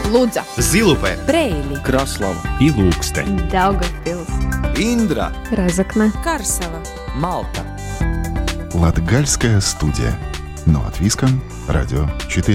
Лудза, Зилупе, Бреили, Краслава и Лукстē, Daugavpils, Индра, Разокне, Карсела, Малта. Латгальская студия. Но от Виском, Радио 4.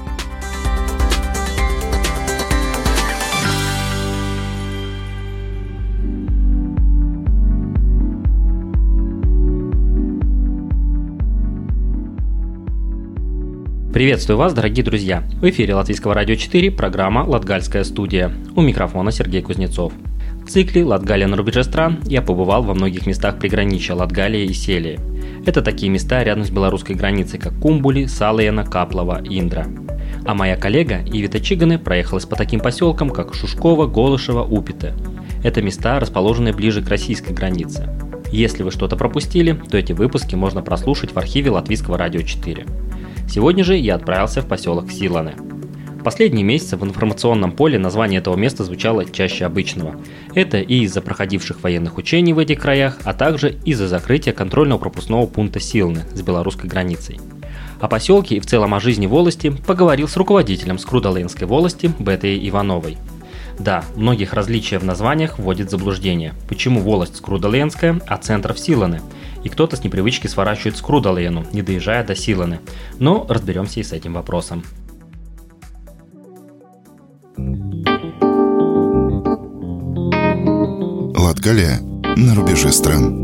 Приветствую вас, дорогие друзья! В эфире Латвийского радио 4 программа «Латгальская студия». У микрофона Сергей Кузнецов. В цикле «Латгалия на рубеже стран» я побывал во многих местах приграничья Латгалии и Селии. Это такие места рядом с белорусской границей, как Кумбули, Салиена, Каплава, Индра. А моя коллега Ивита Чигане проехалась по таким поселкам, как Шушково, Голышево, Упите. Это места, расположенные ближе к российской границе. Если вы что-то пропустили, то эти выпуски можно прослушать в архиве Латвийского радио 4. Сегодня же я отправился в поселок Силане. В последние месяцы в информационном поле название этого места звучало чаще обычного. Это и из-за проходивших военных учений в этих краях, а также из-за закрытия контрольно-пропускного пункта Силне с белорусской границей. О поселке и в целом о жизни волости поговорил с руководителем Скрудалейнской волости Беттой Ивановой. Да, многих различия в названиях вводит в заблуждение. Почему волость Скрудалейнская, а центр в Силане? И кто-то с непривычки сворачивает Скрудалейну, не доезжая до Силаны. Но разберемся и с этим вопросом. Латгалия на рубеже стран.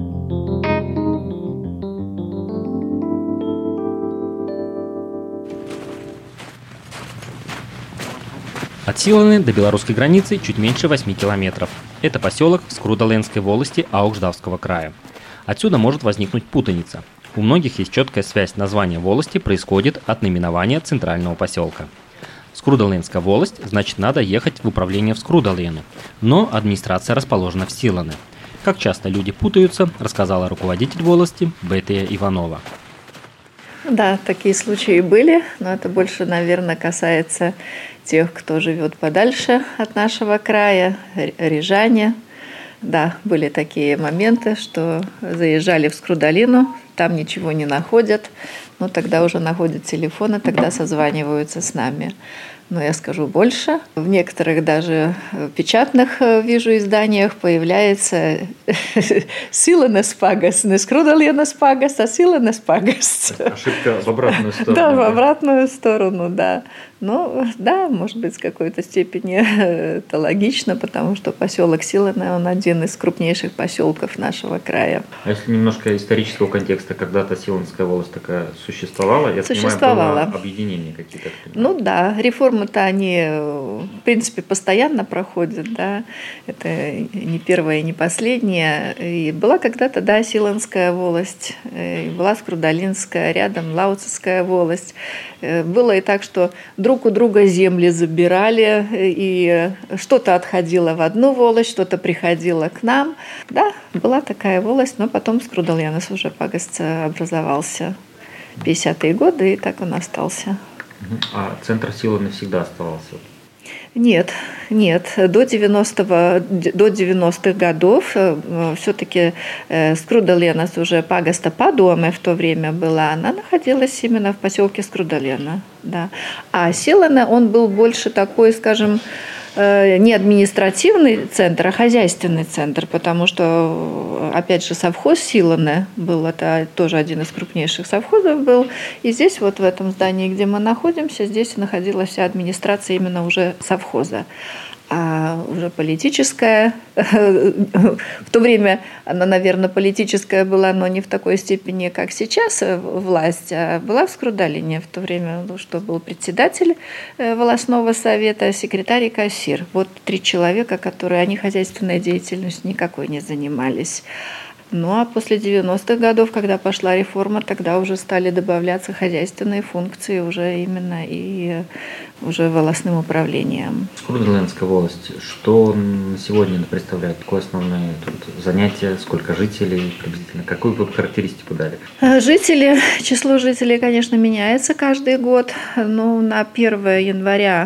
От Силаны до белорусской границы чуть меньше 8 километров. Это поселок в Скрудалейнской волости Аугждавского края. Отсюда может возникнуть путаница. У многих есть четкая связь названия волости происходит от наименования центрального поселка. Скрудалейнская волость, значит, надо ехать в управление в Скрудалейну, но администрация расположена в Силане. Как часто люди путаются, рассказала руководитель волости Бетта Иванова. Да, такие случаи были, но это больше, наверное, касается тех, кто живет подальше от нашего края, рижане. Да, были такие моменты, что заезжали в Скрудалину, там ничего не находят, но тогда уже находят телефоны, тогда созваниваются с нами. Но я скажу больше. В некоторых даже печатных, вижу, изданиях появляется Силенес пагас, не Скрудалейнес пагас, а Силенес пагас. Ошибка в обратную сторону. Да, в обратную сторону, да. Ну, да, может быть, в какой-то степени это логично, потому что поселок Силане, он один из крупнейших поселков нашего края. А если немножко исторического контекста, когда-то Силанская волость такая существовала, я существовала. понимаю, было объединение какие-то? Ну да, реформы-то они, в принципе, постоянно проходят, да, это не первая и не последняя. И была когда-то, да, Силанская волость, и была Скрудалинская, рядом Лауцевская волость. Было и так, что друг у друга земли забирали, и что-то отходило в одну волость, что-то приходило к нам. Да, была такая волость, но потом Скрудалейнес уже пагас образовался в 50-е годы, и так он остался. А центр силы навсегда оставался? Нет, до 90-х годов все-таки Скрудалейнес уже пагаста Падоме в то время была, она находилась именно в поселке Скрудалейна, да. А Силане, он был больше такой, скажем, не административный центр, а хозяйственный центр, потому что, опять же, совхоз Силане был, это тоже один из крупнейших совхозов был, и здесь вот в этом здании, где мы находимся, здесь находилась вся администрация именно уже совхоза. А уже политическая, в то время она, наверное, политическая была, но не в такой степени, как сейчас власть, а была в Скрудалине в то время, что был председатель волостного совета, секретарь и кассир. Вот 3 человека, которые, они хозяйственной деятельностью никакой не занимались. Ну а после 90-х годов, когда пошла реформа, тогда уже стали добавляться хозяйственные функции уже именно и уже волостным управлением. Скрудалейнская волость, что на сегодня она представляет? Какое основное тут занятие? Сколько жителей приблизительно? Какую вы характеристику дали? Число жителей, конечно, меняется каждый год. Но на 1 января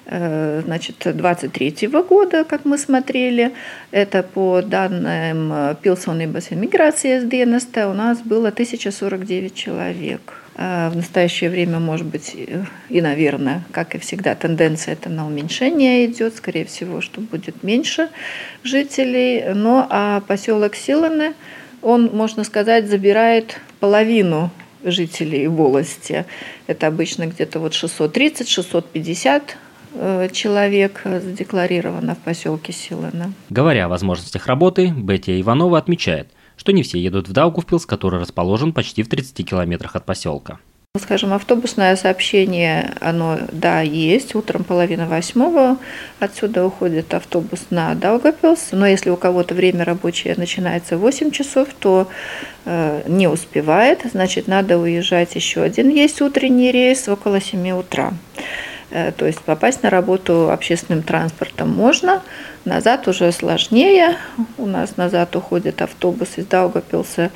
23 года, как мы смотрели, это по данным Пилсонības иммиграции с dienesta, у нас было 1049 человек. В настоящее время, может быть, и, наверное, как и всегда, тенденция это на уменьшение идет. Скорее всего, что будет меньше жителей. Но а поселок Силаны, он, можно сказать, забирает половину жителей волости. Это обычно где-то 630-650 человек задекларировано в поселке Силаны. Говоря о возможностях работы, Бетия Иванова отмечает, что не все едут в Даугавпилс, который расположен почти в 30 километрах от поселка. Скажем, автобусное сообщение, оно, да, есть. Утром 7:30 отсюда уходит автобус на Даугавпилс. Но если у кого-то время рабочее начинается в 8 часов, то не успевает. Значит, надо уезжать еще один. Есть утренний рейс около 7 утра. То есть попасть на работу общественным транспортом можно, назад уже сложнее. У нас назад уходит автобус из Даугавпилса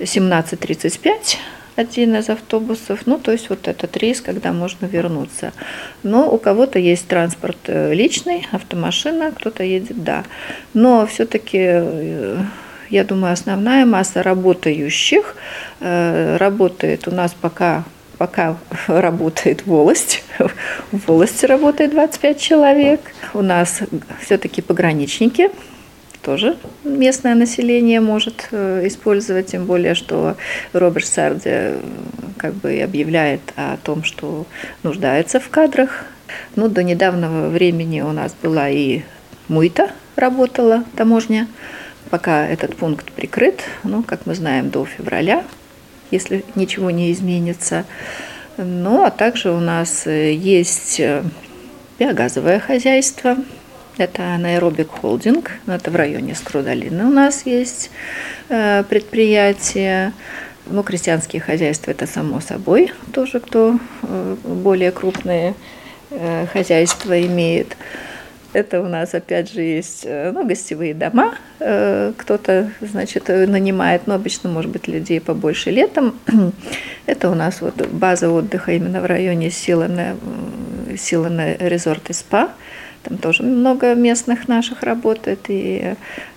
17:35, один из автобусов. То есть этот рейс, когда можно вернуться. Но у кого-то есть транспорт личный, автомашина, кто-то едет, да. Но все-таки, я думаю, основная масса работающих работает у нас пока работает волость. В волости работает 25 человек. У нас все-таки пограничники. Тоже местное население может использовать, тем более, что Роберт Сарди объявляет о том, что нуждается в кадрах. До недавнего времени у нас была и Муйта, работала таможня. Пока этот пункт прикрыт, как мы знаем, до февраля, если ничего не изменится. А также у нас есть биогазовое хозяйство. Это анаэробик холдинг. Это в районе Скрудалины у нас есть предприятие. Крестьянские хозяйства – это само собой тоже, кто более крупные хозяйства имеет. Это у нас, опять же, есть гостевые дома. Кто-то, нанимает, но обычно, может быть, людей побольше летом. Это у нас база отдыха именно в районе Силаны резорт и спа. Там тоже много местных наших работает. И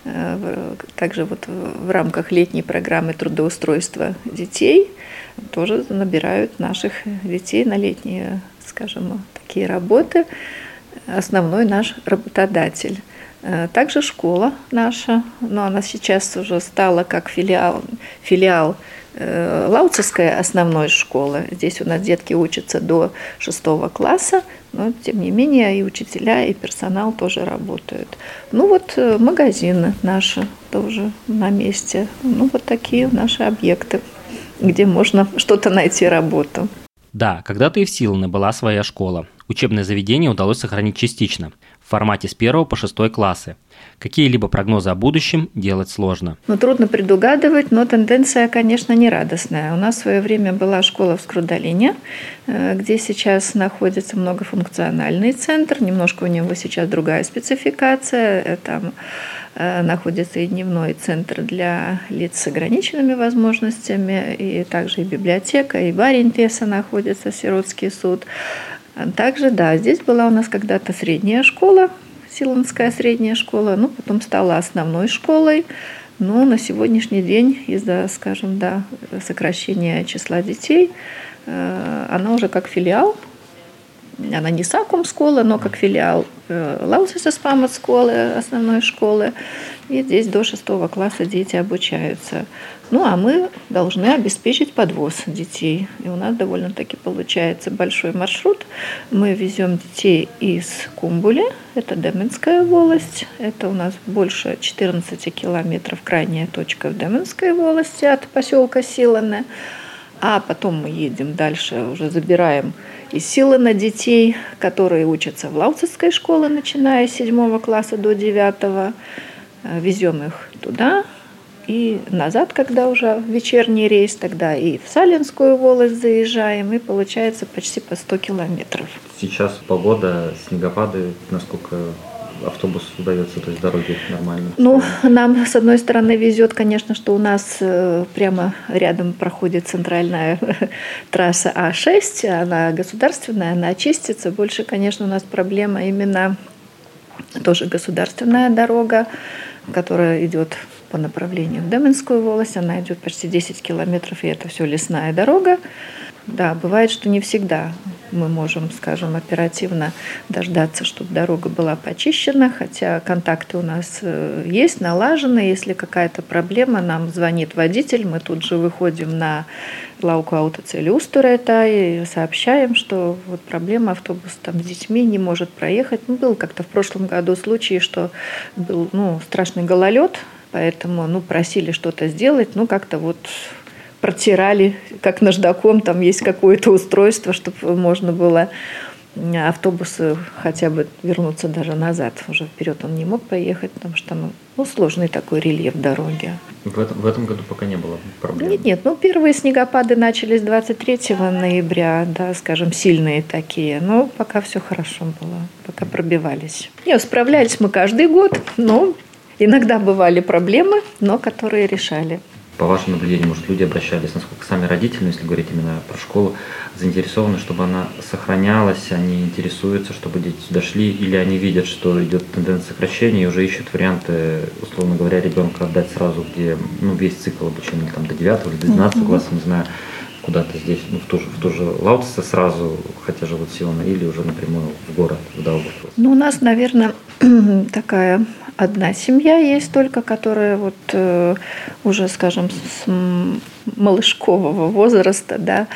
также в рамках летней программы трудоустройства детей тоже набирают наших детей на летние, такие работы. Основной наш работодатель. Также школа наша, но она сейчас уже стала как филиал Лауцевской основной школы. Здесь у нас детки учатся до 6 класса, но тем не менее и учителя, и персонал тоже работают. Магазины наши тоже на месте. Такие наши объекты, где можно что-то найти работу. Да, когда-то и в Силане была своя школа. Учебное заведение удалось сохранить частично, в формате с 1 по 6 классы. Какие-либо прогнозы о будущем делать сложно. Трудно предугадывать, но тенденция, конечно, не радостная. У нас в свое время была школа в Скрудалине, где сейчас находится многофункциональный центр. Немножко у него сейчас другая спецификация. Там находится и дневной центр для лиц с ограниченными возможностями, и также и библиотека, и Баринтеса находится, сиротский суд. Также, да, здесь была у нас когда-то средняя школа, Силанская средняя школа, потом стала основной школой. Но на сегодняшний день из-за, сокращения числа детей, она уже как филиал. Она не Сакум школа, но как филиал Лаусисas паматсколы, основной школы. И здесь до 6 класса дети обучаются. А мы должны обеспечить подвоз детей. И у нас довольно-таки получается большой маршрут. Мы везем детей из Кумбули, это Деменская волость. Это у нас больше 14 километров, крайняя точка в Деменской волости от поселка Силаны. А потом мы едем дальше, уже забираем из Силаны детей, которые учатся в Лауцевской школе, начиная с 7 класса до 9. Везем их туда и назад, когда уже вечерний рейс, тогда и в Салинскую волость заезжаем, и получается почти по 100 километров. Сейчас погода, снегопады, насколько автобус удается, то есть дороги нормально? Нам, с одной стороны, везет, конечно, что у нас прямо рядом проходит центральная трасса А6, она государственная, она очистится. Больше, конечно, у нас проблема именно тоже государственная дорога, которая идет по направлению в Деменскую волость. Она идет почти 10 километров, и это все лесная дорога. Да, бывает, что не всегда мы можем, скажем, оперативно дождаться, чтобы дорога была почищена, хотя контакты у нас есть, налажены. Если какая-то проблема, нам звонит водитель, мы тут же выходим на lauku autoceļu uzturētāji и сообщаем, что вот проблема, автобус там с детьми не может проехать. Был как-то в прошлом году случай, что был страшный гололед, поэтому просили что-то сделать, как-то вот протирали, как наждаком, там есть какое-то устройство, чтобы можно было автобусу хотя бы вернуться даже назад. Уже вперед он не мог поехать, потому что там сложный такой рельеф дороги. В этом году пока не было проблем? Нет. Первые снегопады начались 23 ноября, да, скажем, сильные такие. Но пока все хорошо было, пока пробивались. Справлялись мы каждый год, но иногда бывали проблемы, но которые решали. По вашим наблюдениям, может, люди обращались, насколько сами родители, если говорить именно про школу, заинтересованы, чтобы она сохранялась, они интересуются, чтобы дети сюда шли, или они видят, что идет тенденция сокращения и уже ищут варианты, условно говоря, ребенка отдать сразу, где весь цикл обучения там, до 9 или до 12 класса, не знаю, куда-то здесь, в ту же Лаутце сразу, хотя живут в Силано, или уже напрямую в город, в Даугавпилс? У нас, наверное, такая одна семья есть только, которая уже, скажем, с малышкового возраста, да,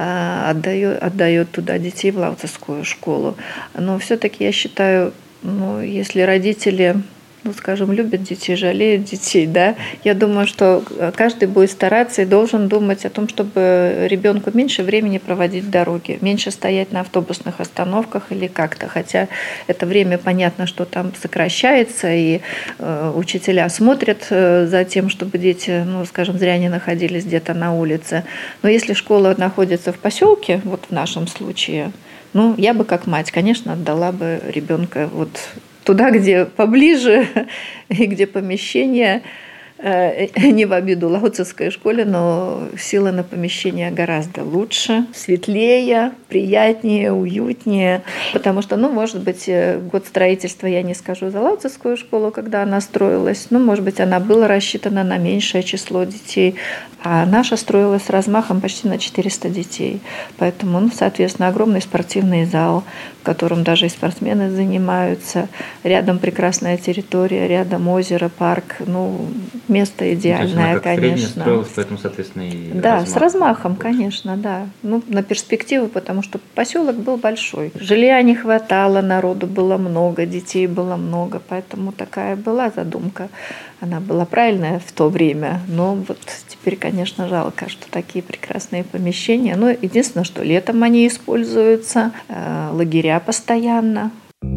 отдает туда детей в Лаутцевскую школу. Но все-таки я считаю, если родители, скажем, любят детей, жалеют детей, да, я думаю, что каждый будет стараться и должен думать о том, чтобы ребенку меньше времени проводить в дороге, меньше стоять на автобусных остановках или как-то. Хотя это время, понятно, что там сокращается, и учителя смотрят за тем, чтобы дети, скажем, зря не находились где-то на улице. Но если школа находится в поселке, вот в нашем случае, я бы как мать, конечно, отдала бы ребенка туда, где поближе и где помещение, не в обиду Лаутцевской школе, но Силано помещение гораздо лучше, светлее, приятнее, уютнее. Потому что, может быть, год строительства я не скажу за Лаутцевскую школу, когда она строилась, может быть, она была рассчитана на меньшее число детей, а наша строилась с размахом почти на 400 детей. Поэтому, соответственно, огромный спортивный зал, в котором даже и спортсмены занимаются. Рядом прекрасная территория, рядом озеро, парк. Место идеальное, как конечно. Строилась, поэтому, соответственно, и да, с размахом, конечно, да. На перспективу, потому что поселок был большой. Жилья не хватало, народу было много, детей было много, поэтому такая была задумка. Она была правильная в то время, но теперь, конечно, жалко, что такие прекрасные помещения. Единственное, что летом они используются, лагеря постоянно.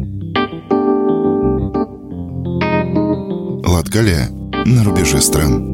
Латгалия на рубеже стран.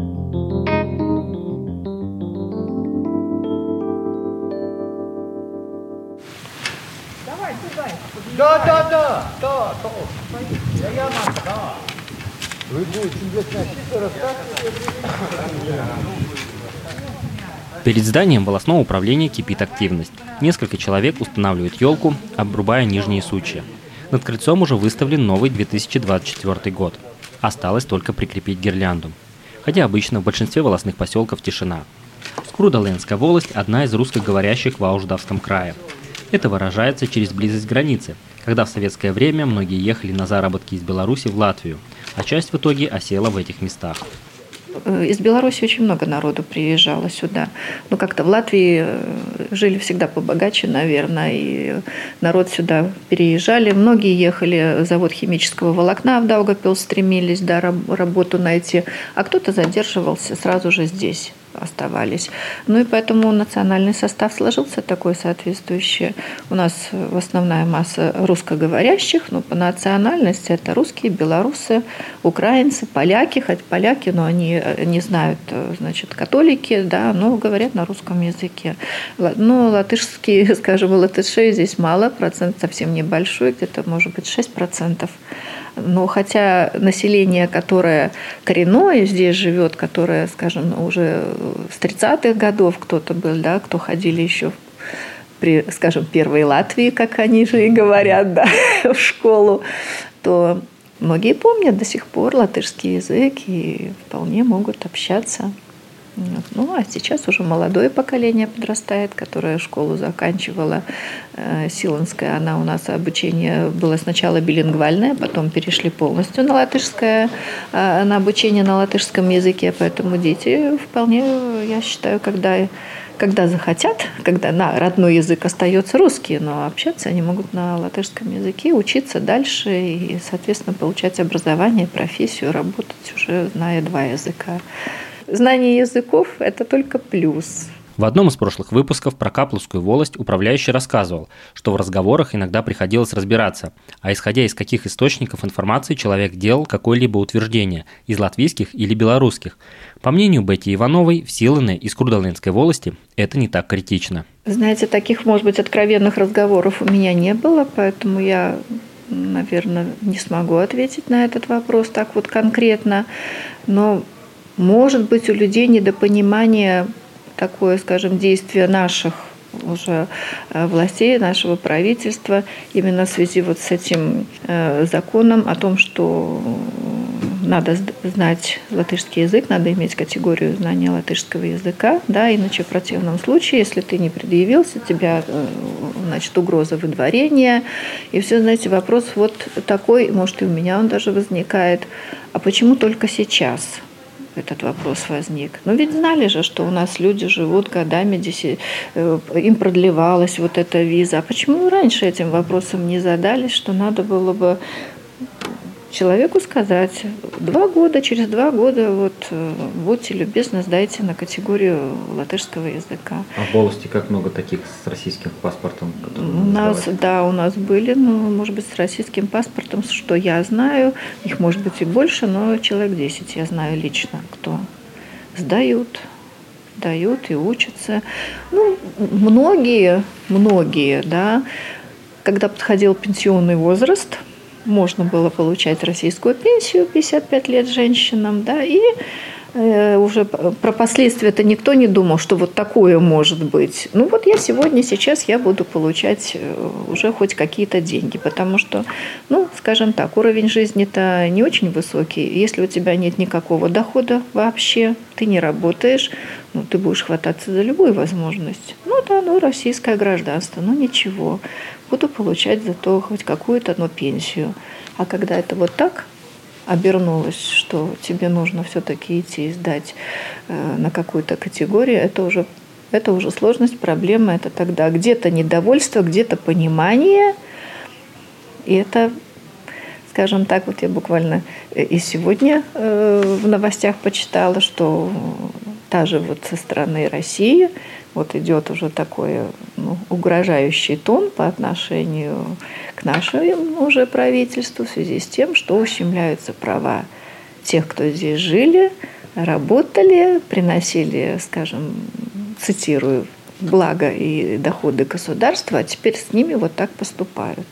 Перед зданием волосного управления кипит активность. Несколько человек устанавливают елку, обрубая нижние сучья. Над крыльцом уже выставлен новый 2024 год. Осталось только прикрепить гирлянду. Хотя обычно в большинстве волосных поселков тишина. Скрудоленская волость – одна из русскоговорящих в Ауждавском крае. Это выражается через близость границы, когда в советское время многие ехали на заработки из Беларуси в Латвию, а часть в итоге осела в этих местах. Из Беларуси очень много народу приезжало сюда. Как-то в Латвии жили всегда побогаче, наверное, и народ сюда переезжали. Многие ехали в завод химического волокна в Даугавпилс, стремились работу найти, а кто-то задерживался сразу же здесь. Оставались. И поэтому национальный состав сложился такой соответствующий. У нас основная масса русскоговорящих, но по национальности это русские, белорусы, украинцы, поляки, хоть поляки, но они не знают, католики, да, но говорят на русском языке. Латышские, скажем, латышей здесь мало, процент совсем небольшой, где-то, может быть, 6%. Но хотя население, которое коренное здесь живет, которое, скажем, уже с 30-х годов кто-то был, да, кто ходили еще при, скажем, первой Латвии, как они же и говорят, да, в школу, то многие помнят до сих пор латышский язык и вполне могут общаться. Вот. Ну, а сейчас уже молодое поколение подрастает, которое школу заканчивала Силанская. Она у нас обучение было сначала билингвальное, потом перешли полностью на латышское, на обучение на латышском языке. Поэтому дети вполне, я считаю, когда захотят, когда на родной язык остается русский, но общаться они могут на латышском языке, учиться дальше и, соответственно, получать образование, профессию, работать уже зная 2 языка. Знание языков – это только плюс. В одном из прошлых выпусков про Капловскую волость управляющий рассказывал, что в разговорах иногда приходилось разбираться, а исходя из каких источников информации человек делал какое-либо утверждение, из латвийских или белорусских. По мнению Бетти Ивановой, в Силане и Скрудалинской волости это не так критично. Знаете, таких, может быть, откровенных разговоров у меня не было, поэтому я, наверное, не смогу ответить на этот вопрос так вот конкретно. Но, может быть, у людей недопонимание такое, скажем, действие наших уже властей, нашего правительства именно в связи вот с этим законом о том, что надо знать латышский язык, надо иметь категорию знания латышского языка, да, иначе в противном случае, если ты не предъявился, тебя, значит, угроза выдворения. И все, знаете, вопрос вот такой, может, и у меня он даже возникает, а почему только сейчас? Этот вопрос возник. Но ведь знали же, что у нас люди живут годами, им продлевалась вот эта виза. А почему раньше этим вопросом не задались, что надо было бы человеку сказать, 2 года, через 2 года вот будьте любезны, сдайте на категорию латышского языка. А в волости как много таких с российским паспортом? У нас были, может быть, с российским паспортом, что я знаю, их может быть и больше, но человек 10 я знаю лично, кто сдают и учатся. Многие, да, когда подходил пенсионный возраст, можно было получать российскую пенсию 55 лет женщинам, да, и уже про последствия-то никто не думал, что вот такое может быть. Сейчас я буду получать уже хоть какие-то деньги, потому что, скажем так, уровень жизни-то не очень высокий. Если у тебя нет никакого дохода вообще, ты не работаешь, ты будешь хвататься за любую возможность. Российское гражданство, ничего. Буду получать зато хоть какую-то, пенсию. А когда это вот так обернулось, что тебе нужно все-таки идти и сдать на какую-то категорию, это уже сложность, проблема. Это тогда где-то недовольство, где-то понимание. И это, скажем так, вот я буквально и сегодня в новостях почитала, что та же вот со стороны России вот идет уже такой угрожающий тон по отношению к нашему уже правительству в связи с тем, что ущемляются права тех, кто здесь жили, работали, приносили, скажем, цитирую, благо и доходы государства, а теперь с ними вот так поступают.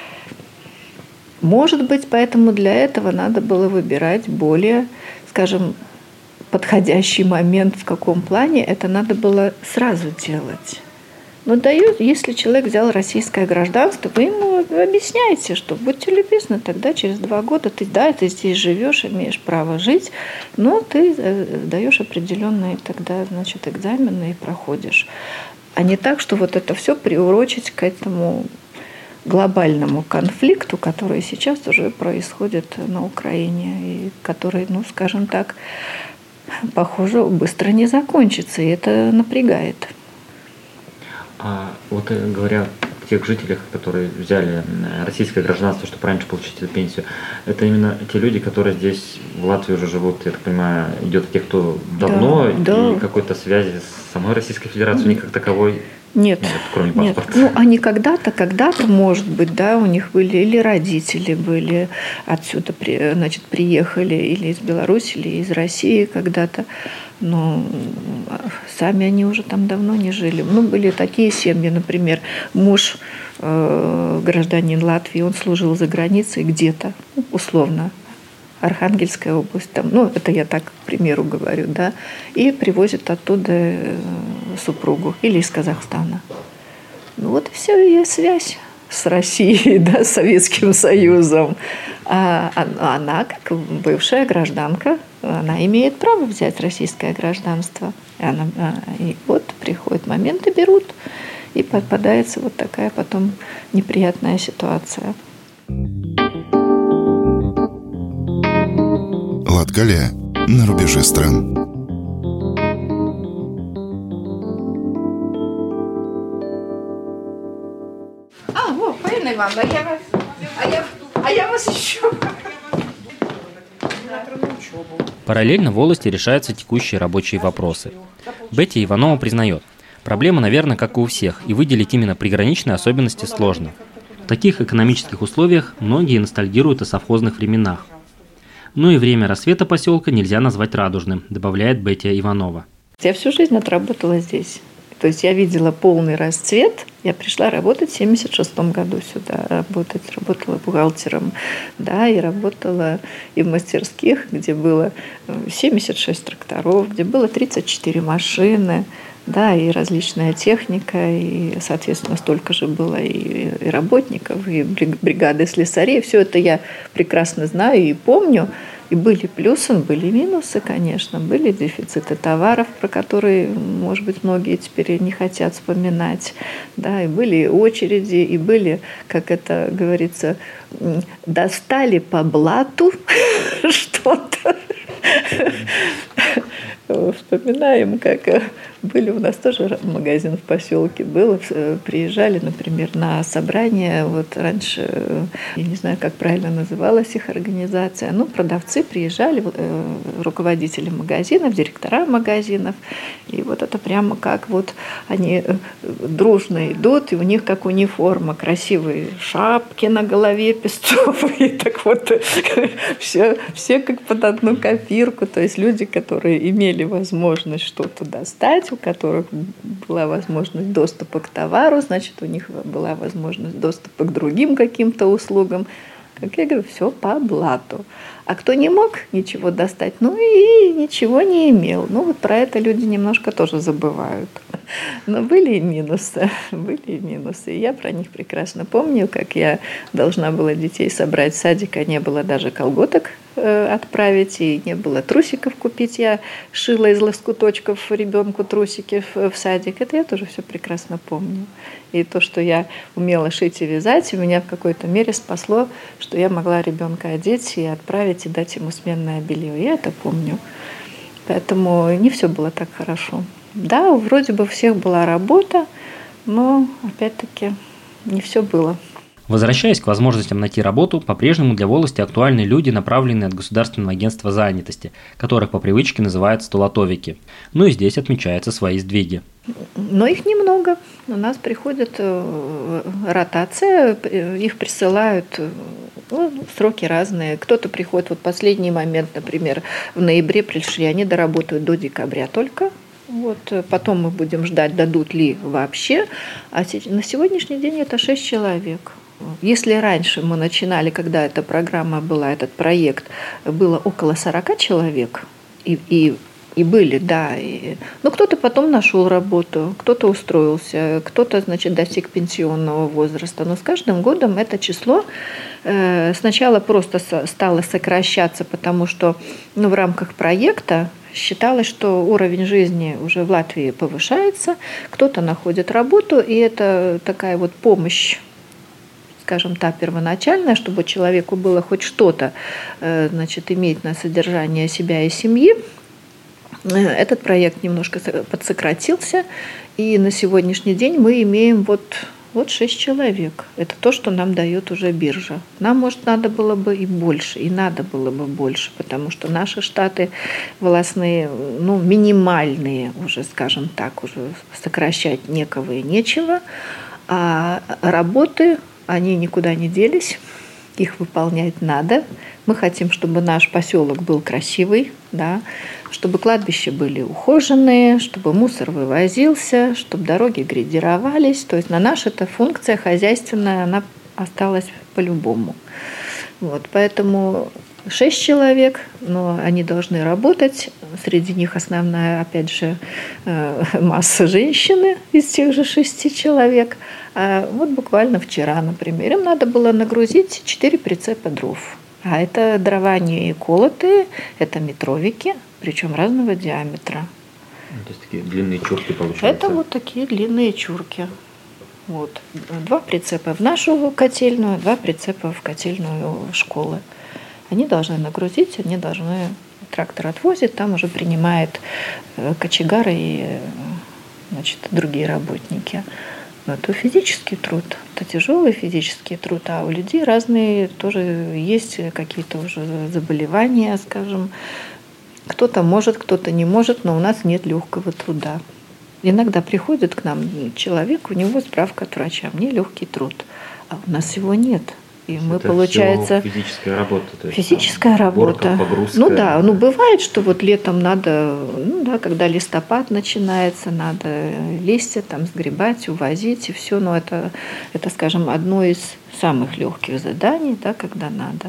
Может быть, поэтому для этого надо было выбирать более, скажем, подходящий момент, в каком плане это надо было сразу делать. Если человек взял российское гражданство, вы ему объясняете, что будьте любезны, тогда через 2 года ты здесь живешь, имеешь право жить, но ты сдаешь определенные тогда, экзамены и проходишь. А не так, что вот это все приурочить к этому глобальному конфликту, который сейчас уже происходит на Украине, и который, скажем так, похоже, быстро не закончится, и это напрягает. А вот говоря о тех жителях, которые взяли российское гражданство, чтобы раньше получить эту пенсию, это именно те люди, которые здесь в Латвии уже живут, я так понимаю, идет о тех, кто давно, и какой-то связи с самой Российской Федерацией у них как таковой нет, кроме паспорта. Они когда-то, может быть, да, у них были или родители были отсюда, приехали или из Беларуси, или из России когда-то, но сами они уже там давно не жили. Были такие семьи, например, муж гражданин Латвии, он служил за границей где-то, условно, Архангельская область, это я так, к примеру, говорю, да, и привозит оттуда супругу или из Казахстана. Вот и все, ее связь с Россией, да, с Советским Союзом. Она, как бывшая гражданка, она имеет право взять российское гражданство. И вот приходит момент, и берут, и попадается вот такая потом неприятная ситуация. Латгалия на рубеже стран. Полина Ивановна, я вас ищу. Параллельно в волости решаются текущие рабочие вопросы. Бетти Иванова признает, проблема, наверное, как и у всех, и выделить именно приграничные особенности сложно. В таких экономических условиях многие ностальгируют о совхозных временах. Но и время рассвета поселка нельзя назвать радужным, добавляет Бетти Иванова. Я всю жизнь отработала здесь. То есть я видела полный расцвет. Я пришла работать в 1976 году сюда. Работала бухгалтером. Да, и работала и в мастерских, где было 76 тракторов, где было 34 машины. Да, и различная техника, и, соответственно, столько же было и работников, и бригады слесарей. Все это я прекрасно знаю и помню. И были плюсы, были минусы, конечно. Были дефициты товаров, про которые, может быть, многие теперь не хотят вспоминать. Да, и были очереди, и были, как это говорится, достали по блату что-то. Вспоминаем, как были у нас тоже магазин в поселке был, приезжали, например, на собрание, вот раньше, я не знаю, как правильно называлась их организация, продавцы приезжали, руководители магазинов, директора магазинов, и вот это прямо как вот они дружно идут, и у них как униформа, красивые шапки на голове песцовые, так вот все как под одну копирку, то есть люди, которые имели возможность что-то достать, у которых была возможность доступа к товару, значит, у них была возможность доступа к другим каким-то услугам. Как я говорю, все по блату. А кто не мог ничего достать, и ничего не имел. Вот про это люди немножко тоже забывают. Но были и минусы. И я про них прекрасно помню, как я должна была детей собрать в садик, а не было даже колготок отправить, и не было трусиков купить. Я шила из лоскуточков ребенку трусики в садик. Это я тоже все прекрасно помню. И то, что я умела шить и вязать, меня в какой-то мере спасло, что я могла ребенка одеть и отправить, и дать ему сменное белье. Я это помню. Поэтому не все было так хорошо. Да, вроде бы у всех была работа, но, опять-таки, не все было. Возвращаясь к возможностям найти работу, по-прежнему для волости актуальны люди, направленные от Государственного агентства занятости, которых по привычке называют столотовики. И здесь отмечаются свои сдвиги. Но их немного. У нас приходит ротация, их присылают, сроки разные. Кто-то приходит в последний момент, например, в ноябре пришли, они доработают до декабря только. Потом мы будем ждать, дадут ли вообще. А на сегодняшний день это 6 человек. Если раньше мы начинали, когда эта программа была, этот проект, было около 40 человек, и были, да. Кто-то потом нашел работу, кто-то устроился, кто-то, достиг пенсионного возраста. Но с каждым годом это число сначала просто стало сокращаться, потому что в рамках проекта считалось, что уровень жизни уже в Латвии повышается, кто-то находит работу, и это такая помощь, скажем так, первоначальная, чтобы человеку было хоть что-то, иметь на содержание себя и семьи. Этот проект немножко подсократился, и на сегодняшний день мы имеем 6 человек. Это то, что нам дает уже биржа. Нам, может, надо было бы и больше, и надо было бы больше, потому что наши штаты волосные, минимальные уже, скажем так, уже сокращать некого и нечего, а работы, они никуда не делись, их выполнять надо. Мы хотим, чтобы наш поселок был красивый, да, чтобы кладбища были ухоженные, чтобы мусор вывозился, чтобы дороги грейдировались. То есть на наша эта функция хозяйственная, она осталась по-любому. Поэтому 6 человек, но они должны работать. Среди них основная, опять же, масса женщины из тех же 6 человек. А буквально вчера, например, им надо было нагрузить 4 прицепа дров. А это дрова не колотые, это метровики, причем разного диаметра. То есть такие длинные чурки получаются? Это вот такие длинные чурки. Вот. 2 прицепа в нашу котельную, 2 прицепа в котельную школы. Они должны нагрузить, трактор отвозит, там уже принимает кочегары и другие работники. Но это физический труд, это тяжелый физический труд, а у людей разные тоже есть какие-то уже заболевания, скажем. Кто-то может, кто-то не может, но у нас нет легкого труда. Иногда приходит к нам человек, у него справка от врача, мне легкий труд, а у нас его нет. И мы, это получается, физическая работа. То есть физическая работа. Погрузка. Бывает, что вот летом надо, когда листопад начинается, надо листья там сгребать, увозить и все. Но это, скажем, одно из самых легких заданий, когда надо.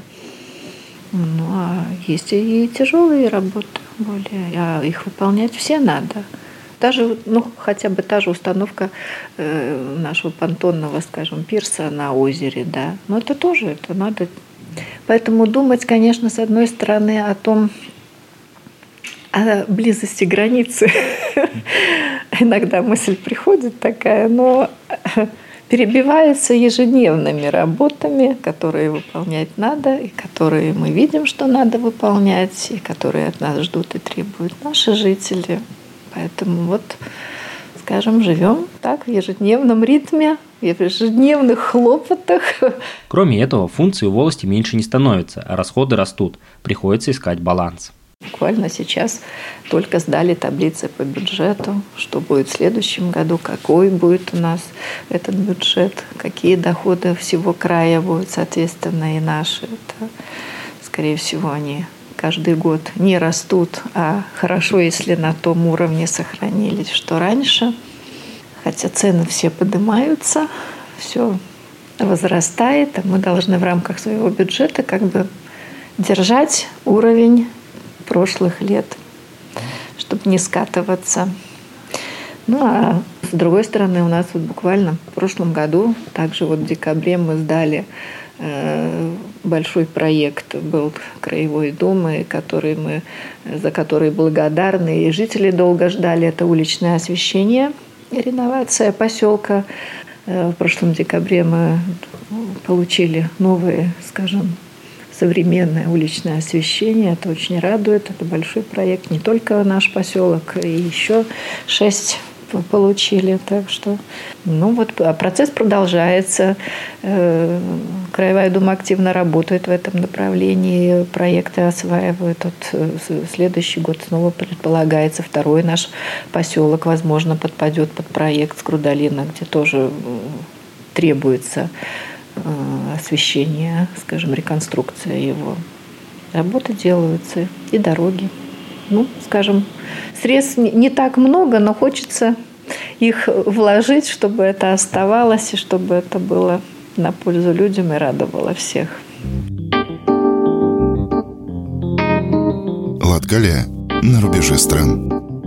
А есть и тяжелые работы более, а их выполнять все надо. Даже, хотя бы та же установка нашего понтонного, скажем, пирса на озере, да. Но это тоже, это надо. Поэтому думать, конечно, с одной стороны о близости границы. Иногда мысль приходит такая, но перебивается ежедневными работами, которые выполнять надо, и которые мы видим, что надо выполнять, и которые от нас ждут и требуют наши жители. Поэтому скажем, живем так в ежедневном ритме, в ежедневных хлопотах. Кроме этого, функций у волости меньше не становится, а расходы растут. Приходится искать баланс. Буквально сейчас только сдали таблицы по бюджету, что будет в следующем году, какой будет у нас этот бюджет, какие доходы всего края будут, соответственно, и наши. Это, скорее всего, они каждый год не растут, а хорошо, если на том уровне сохранились, что раньше. Хотя цены все поднимаются, все возрастает, а мы должны в рамках своего бюджета держать уровень прошлых лет, чтобы не скатываться. А с другой стороны, у нас буквально в прошлом году, также в декабре мы сдали большой проект, был Краевой Думы, за который благодарны, и жители долго ждали. Это уличное освещение, реновация поселка. В прошлом декабре мы получили новое, скажем, современное уличное освещение. Это очень радует. Это большой проект. Не только наш поселок, и еще 6 получили. Так что, процесс продолжается. Краевая Дума активно работает в этом направлении. Проекты осваивают. Следующий год снова предполагается второй наш поселок, возможно, подпадет под проект Скрудалина, где тоже требуется освещение, скажем, реконструкция его. Работы делаются, и дороги. Скажем, средств не так много, но хочется их вложить, чтобы это оставалось, и чтобы это было на пользу людям и радовало всех. Латгалия на рубеже стран.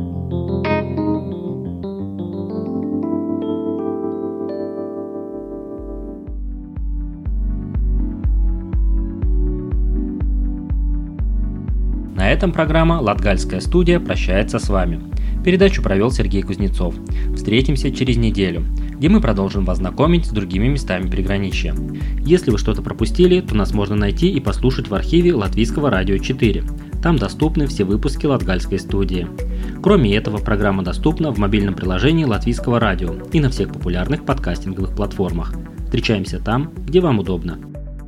На этом программа «Латгальская студия» прощается с вами. Передачу провел Сергей Кузнецов. Встретимся через неделю, где мы продолжим вас знакомить с другими местами приграничья. Если вы что-то пропустили, то нас можно найти и послушать в архиве Латвийского радио 4. Там доступны все выпуски Латгальской студии. Кроме этого, программа доступна в мобильном приложении Латвийского радио и на всех популярных подкастинговых платформах. Встречаемся там, где вам удобно.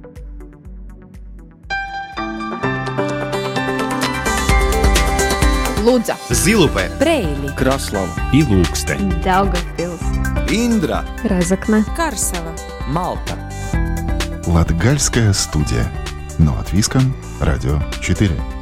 Лудза, Зилупе, Брейли, Краслава и Лукстен, Daugavpils, Индра, Разокна, Карсова, Малта. Латгальская студия. На Латвийском радио 4.